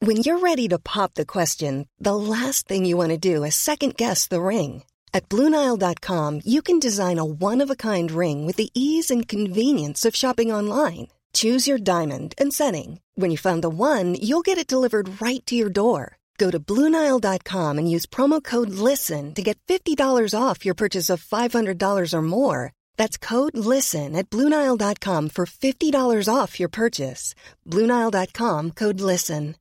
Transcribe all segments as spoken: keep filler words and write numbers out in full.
When you're ready to pop the question, the last thing you want to do is second-guess the ring. At Blue Nile dot com, you can design a one-of-a-kind ring with the ease and convenience of shopping online. Choose your diamond and setting. When you find the one, you'll get it delivered right to your door. Go to Blue Nile dot com and use promo code LISTEN to get fifty dollars off your purchase of five hundred dollars or more. That's code LISTEN at Blue Nile dot com for fifty dollars off your purchase. Blue Nile dot com, code LISTEN.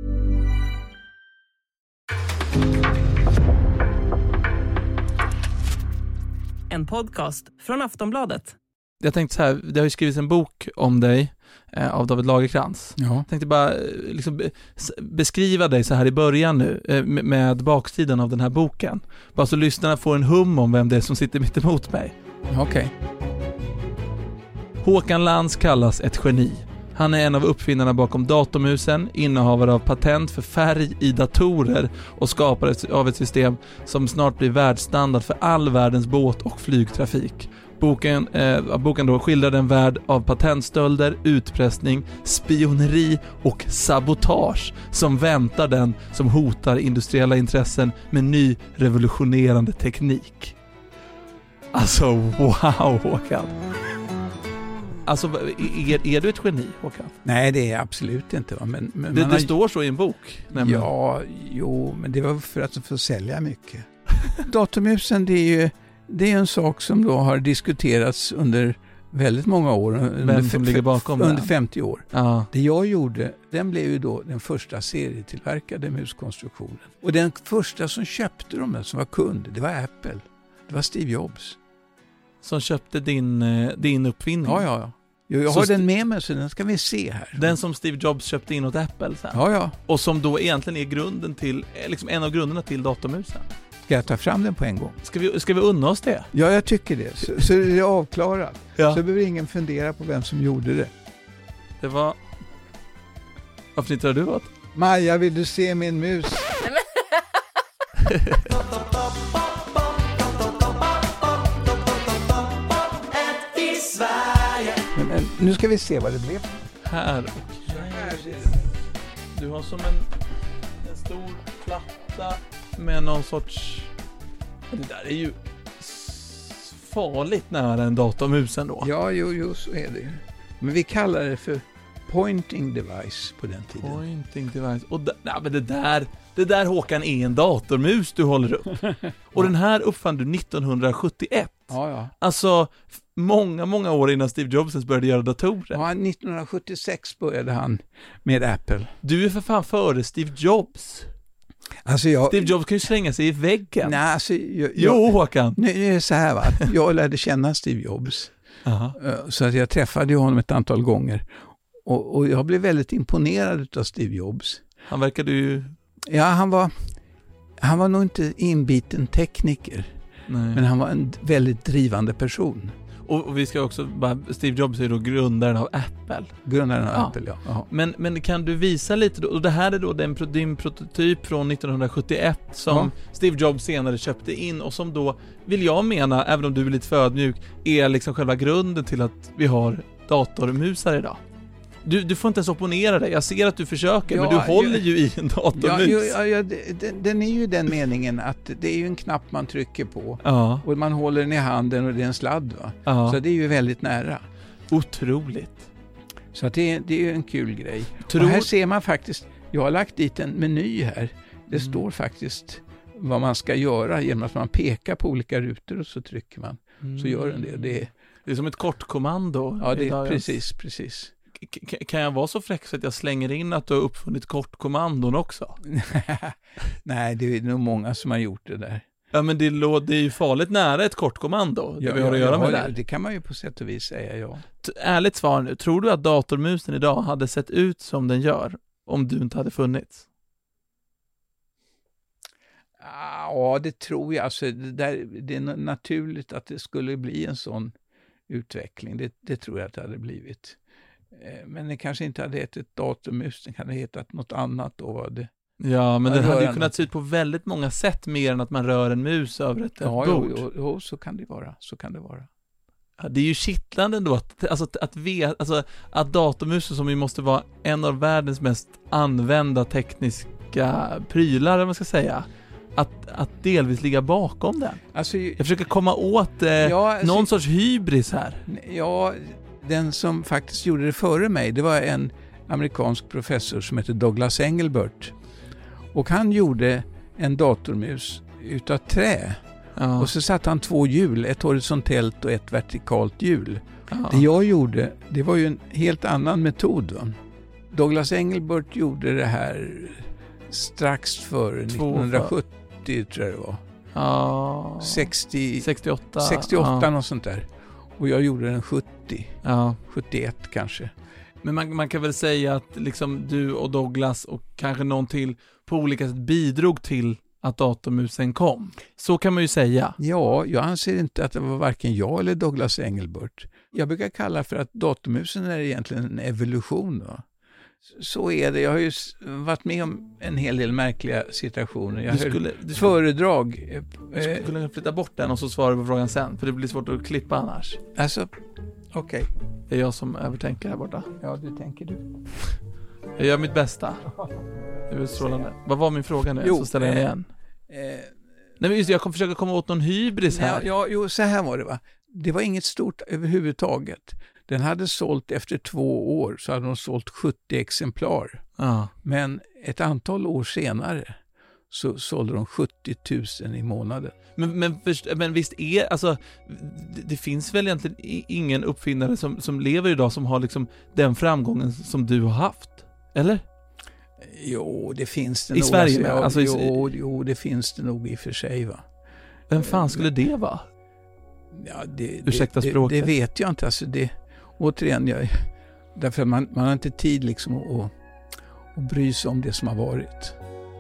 En podcast från Aftonbladet. Jag tänkte så här, det har ju skrivits en bok om dig eh, av David Lagercrantz. Ja. Jag tänkte bara eh, liksom be, beskriva dig så här i början nu eh, med, med baksidan av den här boken. Bara så lyssnarna får en hum om vem det är som sitter mitt emot mig. Okej. Okay. Håkan Lantz kallas ett geni. Han är en av uppfinnarna bakom datormusen, innehavare av patent för färg i datorer och skapare av ett system som snart blir världsstandard för all världens båt- och flygtrafik. Boken, eh, boken då skildrar en värld av patentstölder, utpressning, spioneri och sabotage som väntar den som hotar industriella intressen med ny revolutionerande teknik. Alltså, wow, Håkan. Alltså, är, är du ett geni, Håkan? Nej, det är absolut inte. Va? Men, men det det har... står så i en bok. Nämligen. Ja, jo, men det var för att få sälja mycket. Datormusen, det är ju det är en sak som då har diskuterats under väldigt många år. Vem under som f- ligger bakom Under den? femtio år. Ja. Det jag gjorde, den blev ju då den första serietillverkade muskonstruktionen. Och den första som köpte dem, som var kund, det var Apple. Det var Steve Jobs. Som köpte din, din uppfinning? Ja, ja, ja. Jag, jag så har st- den med mig, så den ska vi se här. Den som Steve Jobs köpte in åt Apple sen? Ja, ja. Och som då egentligen är grunden till, liksom en av grunderna till datormusen? Ska jag ta fram den på en gång? Ska vi, ska vi unna oss det? Ja, jag tycker det. Så, så är det avklarat. Ja. Så behöver ingen fundera på vem som gjorde det. Det var... Vad fnittrar du åt? Maja, vill du se min mus? men, men, nu ska vi se vad det blev. Här och här. Du har som en, en stor platta med någon sorts... Det där är ju farligt nära en datormus ändå. Ja, jo, jo, så är det. Men vi kallar det för pointing device på den tiden. Pointing device. Och d- nej, men det där, det där, Håkan, är en datormus du håller upp. Och den här uppfann du nittonhundrasjuttioett. Ja, ja. Alltså många, många år innan Steve Jobs började göra datorer. Ja, nittonhundrasjuttiosex började han med Apple. Du är för fan före Steve Jobs. Alltså jag... Steve Jobs kan ju slänga sig i väggen. Nej, alltså... Jag, jo, Håkan. Nu är det så här, va. Jag lärde känna Steve Jobs. Aha. Så att jag träffade honom ett antal gånger. Och, och jag blev väldigt imponerad av Steve Jobs. Han verkade ju... Ja, han var, han var nog inte inbiten tekniker. Nej. Men han var en väldigt drivande person. Och, och vi ska också bara... Steve Jobs är då grundaren av Apple. Grundaren av ja. Apple, ja. Aha. Men, men kan du visa lite då? Och det här är då den, din prototyp från nittonhundrasjuttioett som ja. Steve Jobs senare köpte in och som då, vill jag mena, även om du är lite förödmjuk, är liksom själva grunden till att vi har datormusar idag. Du, du får inte ens opponera dig. Jag ser att du försöker, ja, men du håller jag, ju i en datormus. Ja, ja, ja, den, den är ju den meningen att det är ju en knapp man trycker på. Ja. Och man håller den i handen och det är en sladd, va? Ja. Så det är ju väldigt nära. Otroligt. Så att det, det är ju en kul grej. Tror... Och här ser man faktiskt, jag har lagt dit en meny här. Det mm. står faktiskt vad man ska göra genom att man pekar på olika rutor och så trycker man. Mm. Så gör den det. Det är, det är som ett kortkommando. Ja, det är precis, precis. K- kan jag vara så fräck så att jag slänger in att du har uppfunnit kortkommandon också? Nej, det är nog många som har gjort det där. Ja, men det, lå- det är ju farligt nära ett kortkommando. Ja, det vi har ja, att göra ja, med det, där. det kan man ju på sätt och vis säga, ja. T- ärligt svar nu. Tror du att datormusen idag hade sett ut som den gör om du inte hade funnits? Ja, det tror jag. Alltså, det, där, det är naturligt att det skulle bli en sån utveckling. Det, det tror jag att det hade blivit. Men det kanske inte hade hetat datormus, det hade hetat något annat då. Var det. Ja, men den hade ju annat. kunnat se ut på väldigt många sätt mer än att man rör en mus över ett, ja, ett bord. Jo, jo, jo, så kan det vara. Så kan det vara. Ja, det är ju kittlande ändå att, alltså, att, att, vet, alltså, att datormusen som ju måste vara en av världens mest använda tekniska prylar, om man ska säga, att, att delvis ligga bakom den. Alltså, jag försöker komma åt eh, ja, alltså, någon sorts hybris här. Ja, den som faktiskt gjorde det före mig, det var en amerikansk professor som heter Douglas Engelbart. Och han gjorde en datormus utav trä. Ja. Och så satte han två hjul, ett horisontellt och ett vertikalt hjul. Ja. Det jag gjorde, det var ju en helt annan metod. Va? Douglas Engelbart gjorde det här strax före nittonhundrasjuttio, tror jag det var. Ja. sextio, sextioåtta. sextioåtta, ja. Något sånt där. Och jag gjorde den sjuttio. Ja. sjuttioett kanske. Men man, man kan väl säga att liksom du och Douglas och kanske någon till på olika sätt bidrog till att datormusen kom. Så kan man ju säga. Ja, jag anser inte att det var varken jag eller Douglas Engelbart. Jag brukar kalla för att datormusen är egentligen en evolution. Va? Så är det. Jag har ju varit med om en hel del märkliga situationer. Jag du skulle, du föredrag. Du skulle kunna flytta bort den och så svarar du på frågan sen. För det blir svårt att klippa annars. Alltså, okej. Okay. Det är jag som övertänker här borta. Ja, det tänker du. Jag gör mitt bästa. Det är strålande. Vad var min fråga nu? Jo, så ställer jag den igen. Eh, Nej, men just, jag kommer försöka komma åt någon hybris här. Ja, ja, jo, så här var det, va. Det var inget stort överhuvudtaget. Den hade sålt efter två år, så hade de sålt sjuttio exemplar. Ja. Men ett antal år senare så sålde de sjuttio tusen i månaden. Men, men, men visst är, alltså, det, det finns väl egentligen ingen uppfinnare som, som lever idag som har liksom den framgången som du har haft, eller? Jo, det finns det I nog. Sverige, alltså, ja, alltså, jo, jo, det finns det nog i och för sig, va. Vem fan skulle det vara? Ja, det, Ursäkta det, språket. Det, det vet jag inte. Alltså det, återigen, jag, därför man, man har inte tid liksom att, att bry sig om det som har varit.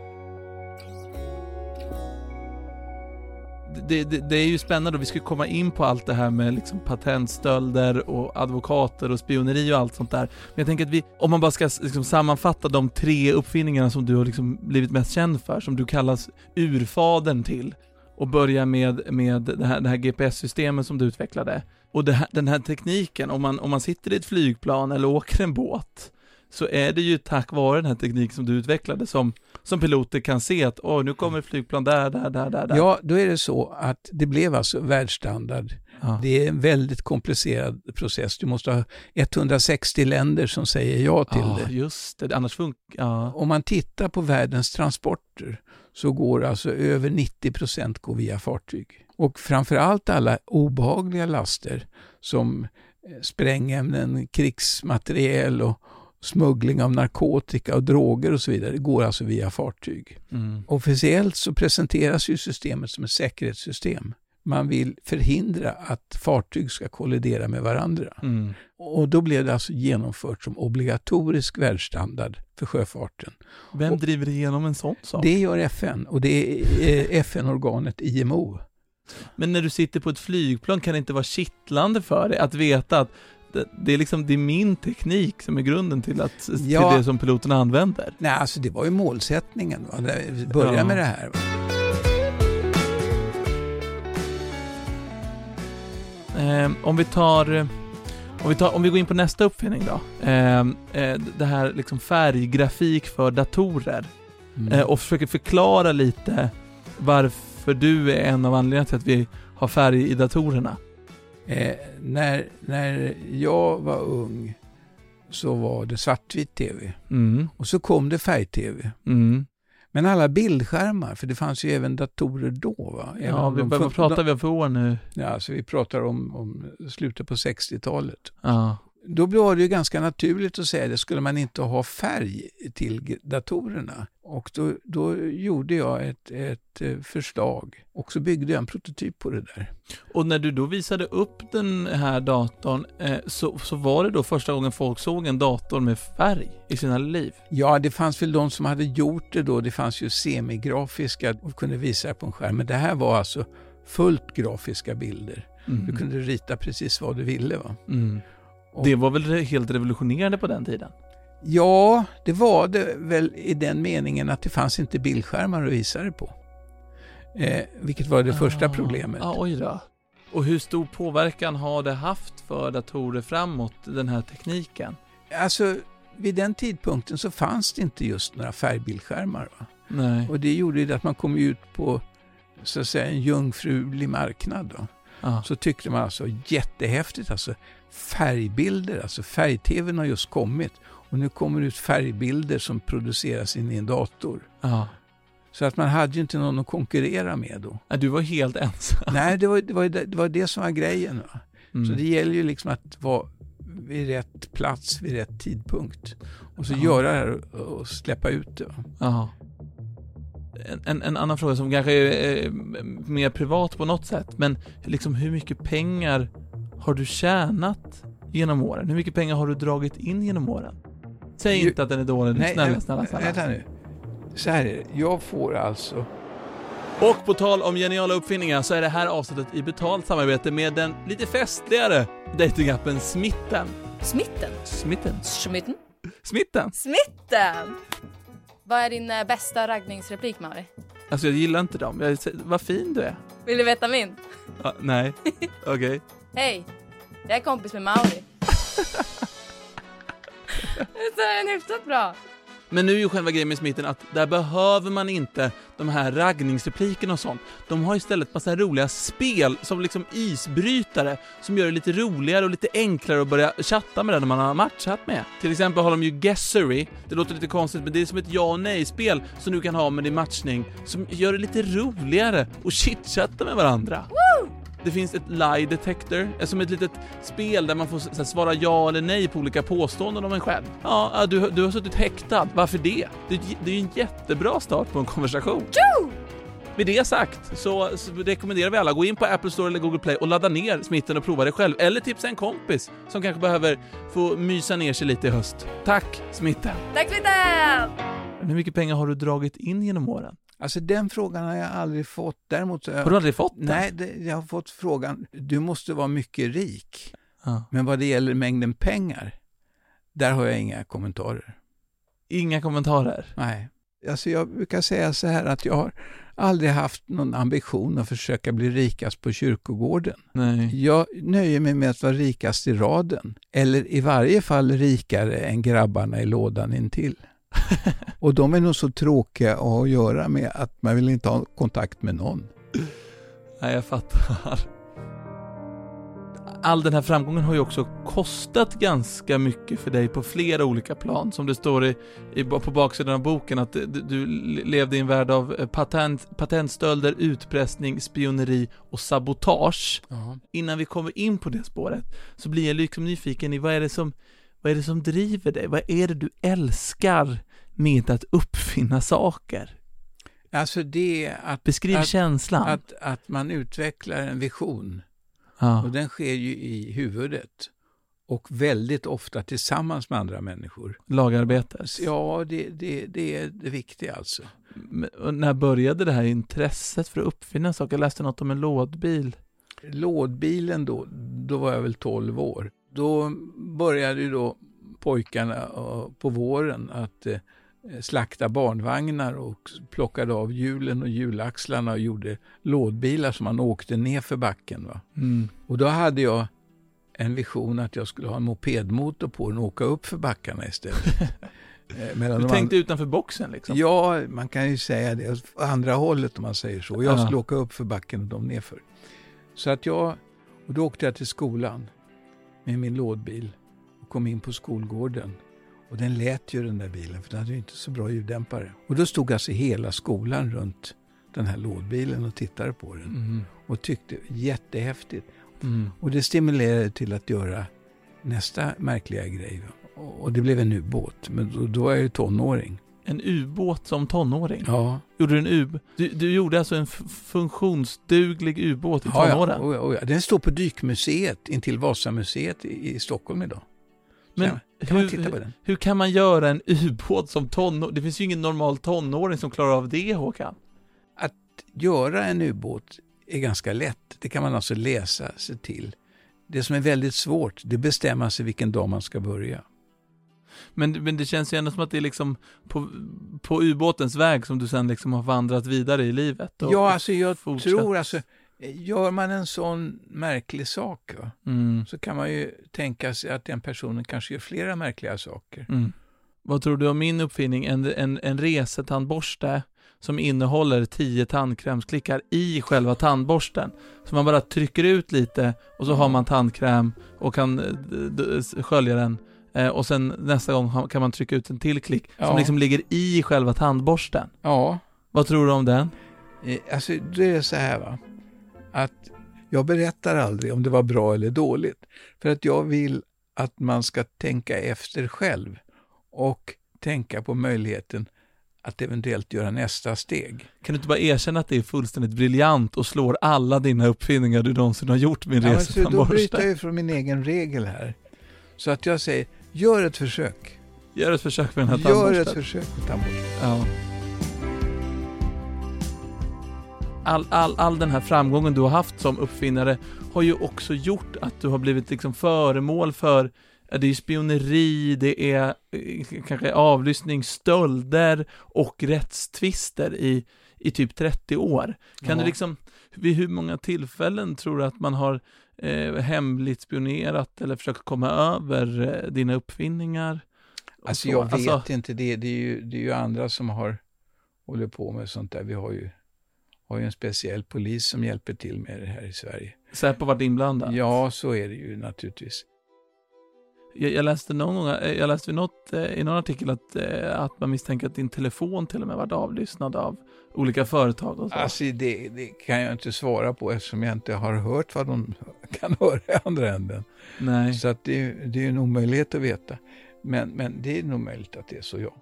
Det, det, det är ju spännande och vi ska komma in på allt det här med liksom patentstölder och advokater och spioneri och allt sånt där. Men jag tänker att vi, om man bara ska liksom sammanfatta de tre uppfinningarna som du har liksom blivit mest känd för, som du kallas urfadern till, och börja med, med det här, det här G P S-systemet som du utvecklade. Och det här, den här tekniken, om man, om man sitter i ett flygplan eller åker en båt, så är det ju tack vare den här tekniken som du utvecklade som, som piloter kan se att åh, nu kommer ett flygplan där, där, där, där. Ja, då är det så att det blev alltså världsstandard. Ja. Det är en väldigt komplicerad process. Du måste ha etthundrasextio länder som säger ja till ja, det. Just det, annars funkar. Ja. Om man tittar på världens transporter så går alltså över nittio procent går via fartyg. Och framförallt alla obehagliga laster som sprängämnen, krigsmateriel och smuggling av narkotika och droger och så vidare går alltså via fartyg. Mm. Officiellt så presenteras ju systemet som ett säkerhetssystem. Man vill förhindra att fartyg ska kollidera med varandra. Mm. Och då blev det alltså genomfört som obligatorisk världsstandard för sjöfarten. Vem och driver igenom en sån sak? Det gör F N och det är F N-organet I M O. Men när du sitter på ett flygplan kan det inte vara kittlande för dig att veta att det, det är liksom det är min teknik som är grunden till, att, ja, till det som piloterna använder? Nej, alltså det var ju målsättningen. Va? Börja ja. med det här. Va? Eh, om vi tar om vi tar om vi går in på nästa uppfinning då. Eh, det här liksom färggrafik för datorer. Mm. Eh, och försöker förklara lite varför du är en av anledningarna till att vi har färg i datorerna. Eh, när, när jag var ung så var det svartvit tv. Mm. Och så kom det färg-tv. Mm. Men alla bildskärmar, för det fanns ju även datorer då, va? Även ja, vi, vad pratar vi om för år nu? Ja, alltså vi pratar om, om slutet på sextiotalet. Ja. Då blev det ju ganska naturligt att säga det, skulle man inte ha färg till datorerna. Och då, då gjorde jag ett, ett förslag och så byggde jag en prototyp på det där. Och när du då visade upp den här datorn eh, så, så var det då första gången folk såg en dator med färg i sina liv? Ja, det fanns väl de som hade gjort det då. Det fanns ju semigrafiska och kunde visa det på en skärm. Men det här var alltså fullt grafiska bilder. Mm. Du kunde rita precis vad du ville, va? Mm. Och det var väl helt revolutionerande på den tiden? Ja, det var det väl i den meningen att det fanns inte bildskärmar att visa det på. Eh, vilket var det ah, första problemet. Ah, oj då. Och hur stor påverkan har det haft för datorer framåt, den här tekniken? Alltså, vid den tidpunkten så fanns det inte just några färgbildskärmar. Va? Nej. Och det gjorde ju att man kom ut på, så att säga, en jungfrulig marknad. Då. Ja. Så tyckte man alltså jättehäftigt, alltså färgbilder, alltså färg-tvn har just kommit. Och nu kommer det ut färgbilder som produceras in i en dator. Ja. Så att man hade ju inte någon att konkurrera med då. Ja, du var helt ensam. Nej, det var det, var, det var det som var grejen. Va? Mm. Så det gäller ju liksom att vara vid rätt plats, vid rätt tidpunkt. Och så Aha. göra det här och, och släppa ut det. Va? Ja. En, en, en annan fråga som kanske är eh, mer privat på något sätt. Men liksom, hur mycket pengar har du tjänat genom åren? Hur mycket pengar har du dragit in genom åren? Säg ju, inte att den är dålig. Nej, snälla, nej, snälla, snälla. Vänta nu. Så här är det. Jag får alltså... Och på tal om geniala uppfinningar så är det här avsnittet i betalt samarbete med den lite festligare datingappen Smitten. Smitten? Smitten? Smitten? Smitten? Smitten! Vad är din äh, bästa raggningsreplik, Mauri? Alltså jag gillar inte dem. Jag, vad fin du är. Vill du veta min? Ah, nej, okej. Okay. Hej, jag är kompis med Mauri. Det är en hyfsat bra. Men nu är ju själva grejen med Smitten att där behöver man inte de här raggningsreplikerna och sånt. De har istället massa roliga spel som liksom isbrytare som gör det lite roligare och lite enklare att börja chatta med den man har matchat med. Till exempel har de ju Guessery. Det låter lite konstigt, men det är som ett ja och nej-spel som du kan ha med din matchning som gör det lite roligare att chitchatta med varandra. Woo! Det finns ett lie detector, som ett litet spel där man får så här, svara ja eller nej på olika påståenden om en själv. Ja, du, du har suttit häktad. Varför det? Det, det är ju en jättebra start på en konversation. Tjo! Med det sagt så, så rekommenderar vi alla gå in på Apple Store eller Google Play och ladda ner Smitten och prova det själv. Eller tipsa en kompis som kanske behöver få mysa ner sig lite i höst. Tack, Smitten! Tack, Smitten! Hur mycket pengar har du dragit in genom åren? Alltså den frågan har jag aldrig fått. Däremot så jag, har du aldrig fått den? Nej, det, jag har fått frågan. Du måste vara mycket rik. Ja. Men vad det gäller mängden pengar, där har jag inga kommentarer. Inga kommentarer? Nej. Alltså jag brukar säga så här att jag har aldrig haft någon ambition att försöka bli rikast på kyrkogården. Nej. Jag nöjer mig med att vara rikast i raden. Eller i varje fall rikare än grabbarna i lådan intill. Och de är nog så tråkiga att ha att göra med att man vill inte ha kontakt med någon. Nej, jag fattar. All den här framgången har ju också kostat ganska mycket för dig på flera olika plan. Som det står i, i, på baksidan av boken att du, du levde i en värld av patent, patentstölder, utpressning, spioneri och sabotage. Ja. Innan vi kommer in på det spåret så blir jag liksom nyfiken i vad är det som, vad är det som driver dig? Vad är det du älskar med att uppfinna saker? Alltså det är att, Beskriv att, känslan. Att, att man utvecklar en vision. Ja. Och den sker ju i huvudet. Och väldigt ofta tillsammans med andra människor. Lagarbetet. Ja, det, det, det är det viktiga alltså. Men, och när började det här intresset för att uppfinna saker? Jag läste något om en lådbil. Lådbilen då, då var jag väl tolv år. Då började ju då pojkarna på våren att eh, slakta barnvagnar och plockade av hjulen och hjulaxlarna och gjorde lådbilar som man åkte ner för backen. Va? Mm. Och då hade jag en vision att jag skulle ha en mopedmotor på den och åka upp för backarna istället. Du tänkte utanför boxen liksom? Ja, man kan ju säga det. Andra hållet om man säger så. Jag ja. skulle åka upp för backen och de nerför. Så att jag, och då åkte jag till skolan med min lådbil och kom in på skolgården. Och den lät ju den där bilen för den hade ju inte så bra ljuddämpare. Och då stod alltså hela skolan runt den här lådbilen och tittade på den. Mm. Och tyckte jättehäftigt. Mm. Och det stimulerade till att göra nästa märkliga grej. Och det blev en ubåt. Men då, då var jag ju tonåring. En ubåt som tonåring? Ja. Gjorde du en ub? Du, du gjorde alltså en f- funktionsduglig ubåt i ja, tonåren? Ja, oh ja, oh ja. Den står på Dykmuseet intill Vasamuseet i, i Stockholm idag. Men kan hur, man titta på den? hur kan man göra en ubåt som tonåring? Det finns ju ingen normal tonåring som klarar av det, Håkan. Att göra en ubåt är ganska lätt. Det kan man alltså läsa sig till. Det som är väldigt svårt, det bestämmer sig vilken dag man ska börja. Men, men det känns ju ändå som att det är liksom på, på ubåtens väg som du sen liksom har vandrat vidare i livet. Och ja, alltså jag fortsatt. tror alltså, Gör man en sån märklig sak, va? Mm. Så kan man ju tänka sig att den personen kanske gör flera märkliga saker. Mm. Vad tror du om min uppfinning? En, en, en resetandborste som innehåller tio tandkrämsklickar i själva tandborsten. Så man bara trycker ut lite och så har man tandkräm och kan d- d- skölja den. Eh, och sen nästa gång kan man trycka ut en till klick Ja. som liksom ligger i själva tandborsten. Ja. Vad tror du om den? Eh, Alltså det är så här, va. Att jag berättar aldrig om det var bra eller dåligt. För att jag vill att man ska tänka efter själv. Och tänka på möjligheten att eventuellt göra nästa steg. Kan du inte bara erkänna att det är fullständigt briljant och slår alla dina uppfinningar du någonsin har gjort med en Ja, men så då resetandborste? bryter jag ju från min egen regel här. Så att jag säger, gör ett försök. Gör ett försök med den här Gör tandborsten. ett försök med tandborsten. Ja. All, all, all den här framgången du har haft som uppfinnare har ju också gjort att du har blivit liksom föremål för, det är spioneri, det är eh, kanske avlyssning, stölder och rättstvister i, i typ trettio år. Kan Ja. du liksom, vid hur många tillfällen tror du att man har eh, hemligt spionerat eller försökt komma över eh, dina uppfinningar? Och Alltså så? jag vet Alltså, inte, det, det, är ju, det är ju andra som har håller på med sånt där. Vi har ju, har ju en speciell polis som hjälper till med det här i Sverige. Säpo varit inblandad? Ja, så är det ju naturligtvis. Jag, jag läste någon gång, jag läste något, eh, i någon artikel att, eh, att man misstänker att din telefon till och med varit avlyssnad av olika företag och så. Alltså det, det kan jag inte svara på eftersom jag inte har hört vad de kan höra i andra änden. Nej. Så att det, det är en omöjlighet att veta. Men, men det är nog möjligt att det är så, ja.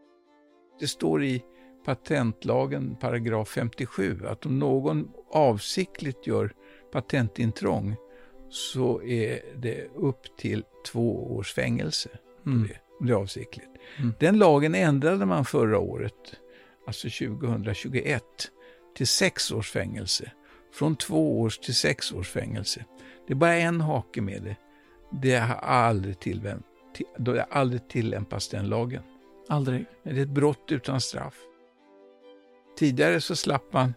Det står i patentlagen paragraf femtiosju att om någon avsiktligt gör patentintrång så är det upp till två års fängelse. Mm. Det, om det är avsiktligt. Mm. Den lagen ändrade man förra året, alltså tjugohundratjugoett, till sex års fängelse. Från två års till sex års fängelse. Det är bara en hake med det. Det har aldrig, tillvänt, till, det har aldrig tillämpas den lagen. Aldrig. Det är ett brott utan straff. Tidigare så slapp man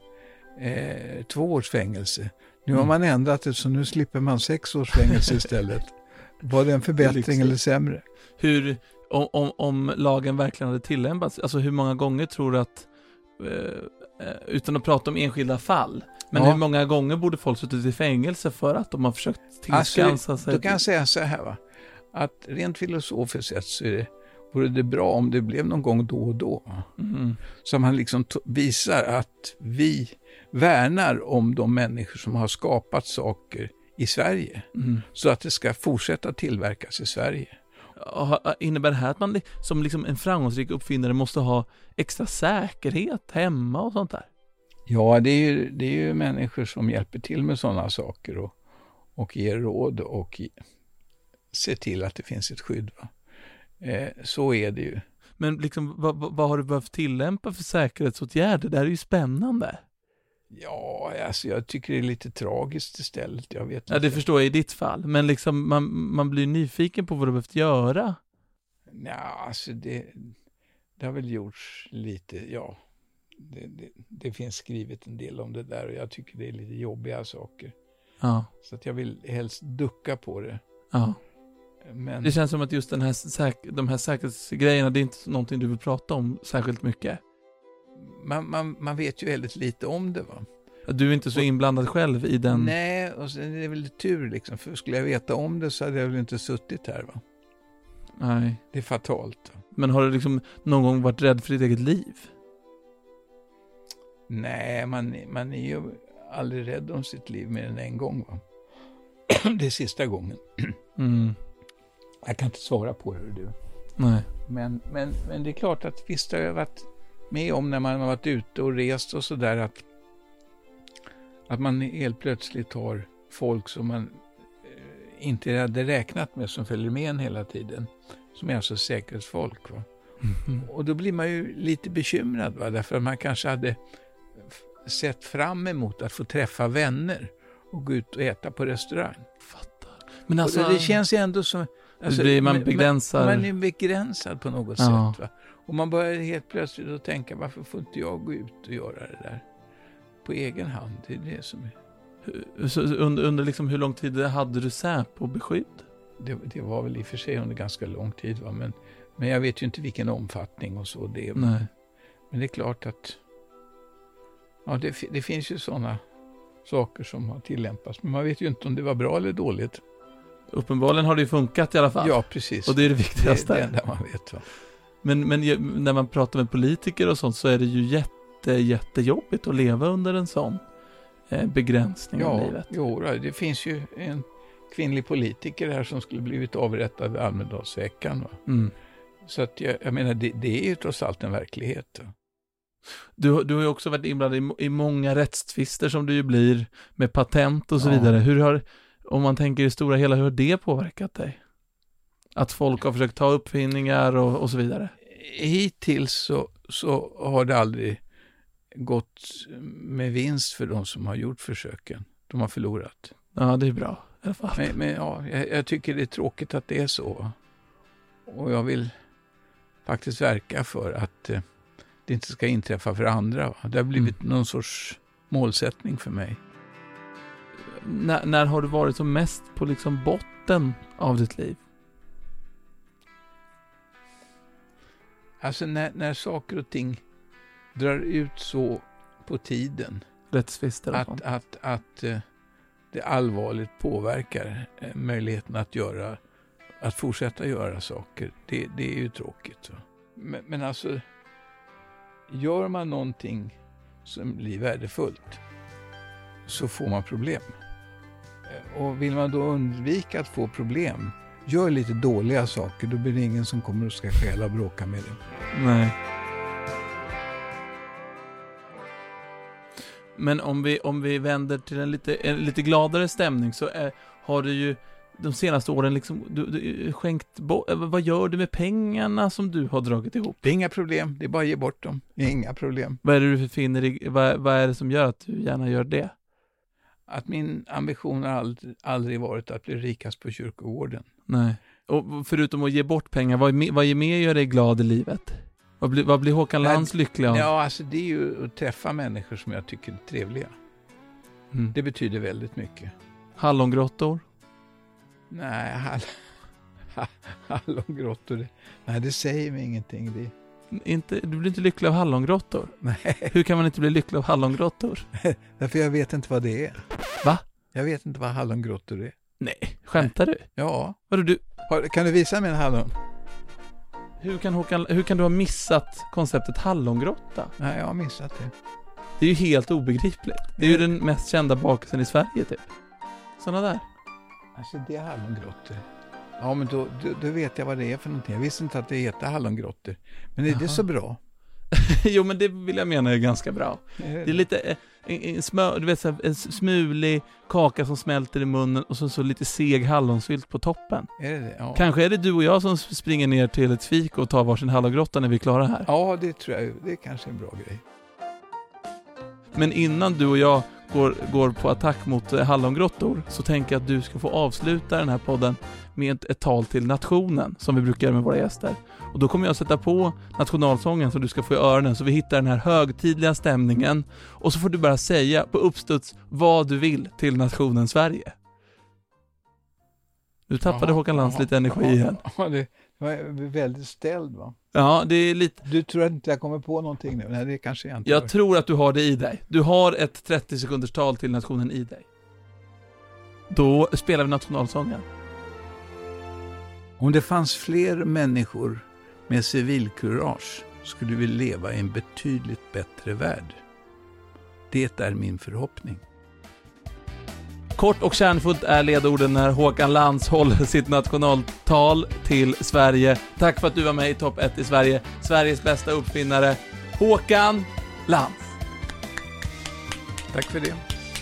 eh, två års fängelse. Nu har Mm. man ändrat det så nu slipper man sex års fängelse istället. Var det en förbättring eller sämre? Hur, om, om, om lagen verkligen hade tillämpats, alltså hur många gånger tror du att, eh, utan att prata om enskilda fall, men Ja. hur många gånger borde folk suttit i fängelse för att de har försökt tillskansa Alltså, sig? då kan jag säga så här, va? Att rent filosofiskt sett så är det, vore det bra om det blev någon gång då och då. Mm. Så man liksom t- visar att vi värnar om de människor som har skapat saker i Sverige. Mm. Så att det ska fortsätta tillverkas i Sverige. Ha- Innebär det här att man li- som liksom en framgångsrik uppfinnare måste ha extra säkerhet hemma och sånt där? Ja, det är ju, det är ju människor som hjälper till med sådana saker och, och ger råd och ge, ser till att det finns ett skydd. Va? Eh, så är det ju. Men liksom, vad, vad vad har du behövt tillämpa för säkerhetsåtgärder? Det här är ju spännande. Ja, alltså jag tycker det är lite tragiskt istället. Jag vet Ja, inte. det förstår jag i ditt fall. Men liksom, man, man blir nyfiken på vad du har behövt göra. Ja, alltså det, det har väl gjorts lite, ja. Det, det, det finns skrivet en del om det där och jag tycker det är lite jobbiga saker. Ja, Så att jag vill helst ducka på det. ja. Men Det känns som att just den här säk- de här säkerhetsgrejerna, det är inte någonting du vill prata om särskilt mycket. man, man, man vet ju väldigt lite om det, va? Du är inte så inblandad själv i den. Nej, och sen är det väl tur liksom. För skulle jag veta om det så hade jag väl inte suttit här, va? Nej. Det är fatalt. Men har du liksom någon gång varit rädd för ditt eget liv? Nej, man, man är ju aldrig rädd om sitt liv mer än en gång, va? Det är sista gången. Mm. Jag kan inte svara på det, du. Nej. Men, men, men det är klart att visst har jag varit med om när man har varit ute och rest och sådär att, att man helt plötsligt har folk som man eh, inte hade räknat med som följer med en hela tiden. Som är alltså säkerhetsfolk, va? Mm. Och då blir man ju lite bekymrad, va? Därför att man kanske hade f- sett fram emot att få träffa vänner och gå ut och äta på restaurang. Fattar. Men alltså, Och det, det känns ju ändå som... Alltså, blir man men- begränsar- Man, man är begränsad på något Ja. sätt, va? Och man börjar helt plötsligt att tänka, varför får inte jag gå ut och göra det där på egen hand? Det är det som är... Så under, under liksom hur lång tid hade du Säpo-beskydd? Det, det var väl i och för sig under ganska lång tid, va? Men, men jag vet ju inte vilken omfattning och så. Det, Nej. Men det är klart att ja, det, det finns ju sådana saker som har tillämpats. Men man vet ju inte om det var bra eller dåligt. Uppenbarligen har det ju funkat i alla fall. Ja, precis. Och det är det viktigaste. Det är det enda man vet, va? Men, men när man pratar med politiker och sånt så är det ju jätte, jättejobbigt att leva under en sån eh, begränsning ja, av livet. Jo, det finns ju en kvinnlig politiker här som skulle blivit avrättad vid Almedalsveckan. Va? Mm. Så att jag, jag menar, det, det är ju trots allt en verklighet. Va? Du, du har ju också varit inblandad i, i många rättstvister som du ju blir med patent och så Ja. vidare. Hur har, om man tänker i stora hela, hur har det påverkat dig? Att folk har försökt ta uppfinningar och, och så vidare. Hittills så, så har det aldrig gått med vinst för de som har gjort försöken. De har förlorat. Ja, det är bra i alla fall. Men, men ja, jag, jag tycker det är tråkigt att det är så. Och jag vill faktiskt verka för att eh, det inte ska inträffa för andra. Va? Det har blivit Mm. någon sorts målsättning för mig. När, när har du varit som mest på liksom botten av ditt liv? Alltså när, när saker och ting drar ut så på tiden Rättstvister och att, sånt. att, att eh, det allvarligt påverkar eh, möjligheten att göra, att fortsätta göra saker. Det, det är ju tråkigt. Va? Men, men alltså, gör man någonting som blir värdefullt så får man problem. Eh, Och vill man då undvika att få problem, gör lite dåliga saker, då blir det ingen som kommer och ska skälla och bråka med det. Nej. Men om vi, om vi vänder till en lite, en lite gladare stämning så är, har du ju de senaste åren liksom, du, du skänkt bo, vad gör du med pengarna som du har dragit ihop? Det är inga problem, det är bara att ge bort dem. Det är inga problem. Vad är det du finner i, vad, vad är det som gör att du gärna gör det? Att min ambition har aldrig, aldrig varit att bli rikast på kyrkogården. Nej. Och förutom att ge bort pengar, vad, är med, vad är mer gör dig glad i livet? Vad blir, vad blir Håkan Lans lycklig av? Ja, alltså det är ju att träffa människor som jag tycker är trevliga. Mm. Det betyder väldigt mycket. Hallongrottor? Nej, hall hallongrottor, det, nej det säger mig ingenting. Det, Inte, du blir inte lycklig av hallongrottor? nej, Hur kan man inte bli lycklig av hallongrottor? därför jag vet inte vad det är. Va? Jag vet inte vad hallongrottor är. Nej, skämtar du? Ja, Vadå, du? har, kan du visa mig en hallon? Hur kan, Håkan, hur kan du ha missat konceptet hallongrotta? Nej, jag har missat det. Det är ju helt obegripligt. Det är ju den mest kända bakelsen i Sverige typ. Såna där. Alltså det är hallongrottor. Ja, men då, då, då vet jag vad det är för någonting. Jag visste inte att det heter hallongrottor. Men är Jaha. det så bra? Jo, men det vill jag mena är ganska bra. Är det, Det är lite eh, en, en, smör, du vet, så här, en smulig kaka som smälter i munnen och så, så lite seg hallonsylt på toppen. är det, det? Ja. Kanske är det du och jag som springer ner till ett fik och tar varsin hallongrotta när vi är klara här. Ja, det tror jag. Det är kanske en bra grej. Men innan du och jag går, går på attack mot eh, hallongrottor så tänker jag att du ska få avsluta den här podden med ett, ett tal till nationen som vi brukar göra med våra gäster. Och då kommer jag sätta på nationalsången så du ska få i öronen så vi hittar den här högtidliga stämningen och så får du bara säga på uppstuds vad du vill till nationen Sverige. Nu tappade Jaha, Håkan Lans jaha, lite energi jaha, igen. Ja, det var väldigt ställd, va? Ja, det är lite... Du tror inte jag kommer på någonting nu? Nej, det kanske jag inte Jag gör. tror att du har det i dig. Du har ett trettio sekunders tal till nationen i dig. Då spelar vi nationalsången. Om det fanns fler människor med civilkurage skulle vi leva i en betydligt bättre värld. Det är min förhoppning. Kort och kärnfullt är ledorden när Håkan Lans håller sitt nationaltal till Sverige. Tack för att du var med i topp ett i Sverige. Sveriges bästa uppfinnare, Håkan Lans. Tack för det.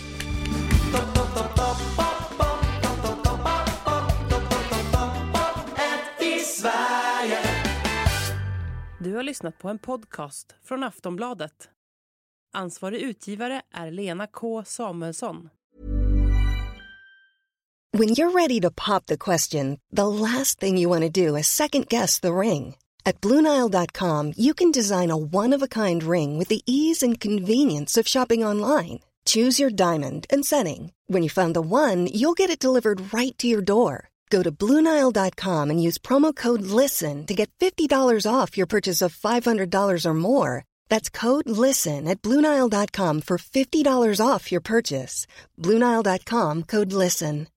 Du har lyssnat på en podcast från Aftonbladet. Ansvarig utgivare är Lena K. Samuelsson. When you're ready to pop the question, the last thing you want to do is second-guess the ring. At Blue Nile dot com, you can design a one-of-a-kind ring with the ease and convenience of shopping online. Choose your diamond and setting. When you find the one, you'll get it delivered right to your door. Go to Blue Nile dot com and use promo code LISTEN to get fifty dollars off your purchase of five hundred dollars or more. That's code LISTEN at Blue Nile dot com for fifty dollars off your purchase. Blue Nile dot com, code LISTEN.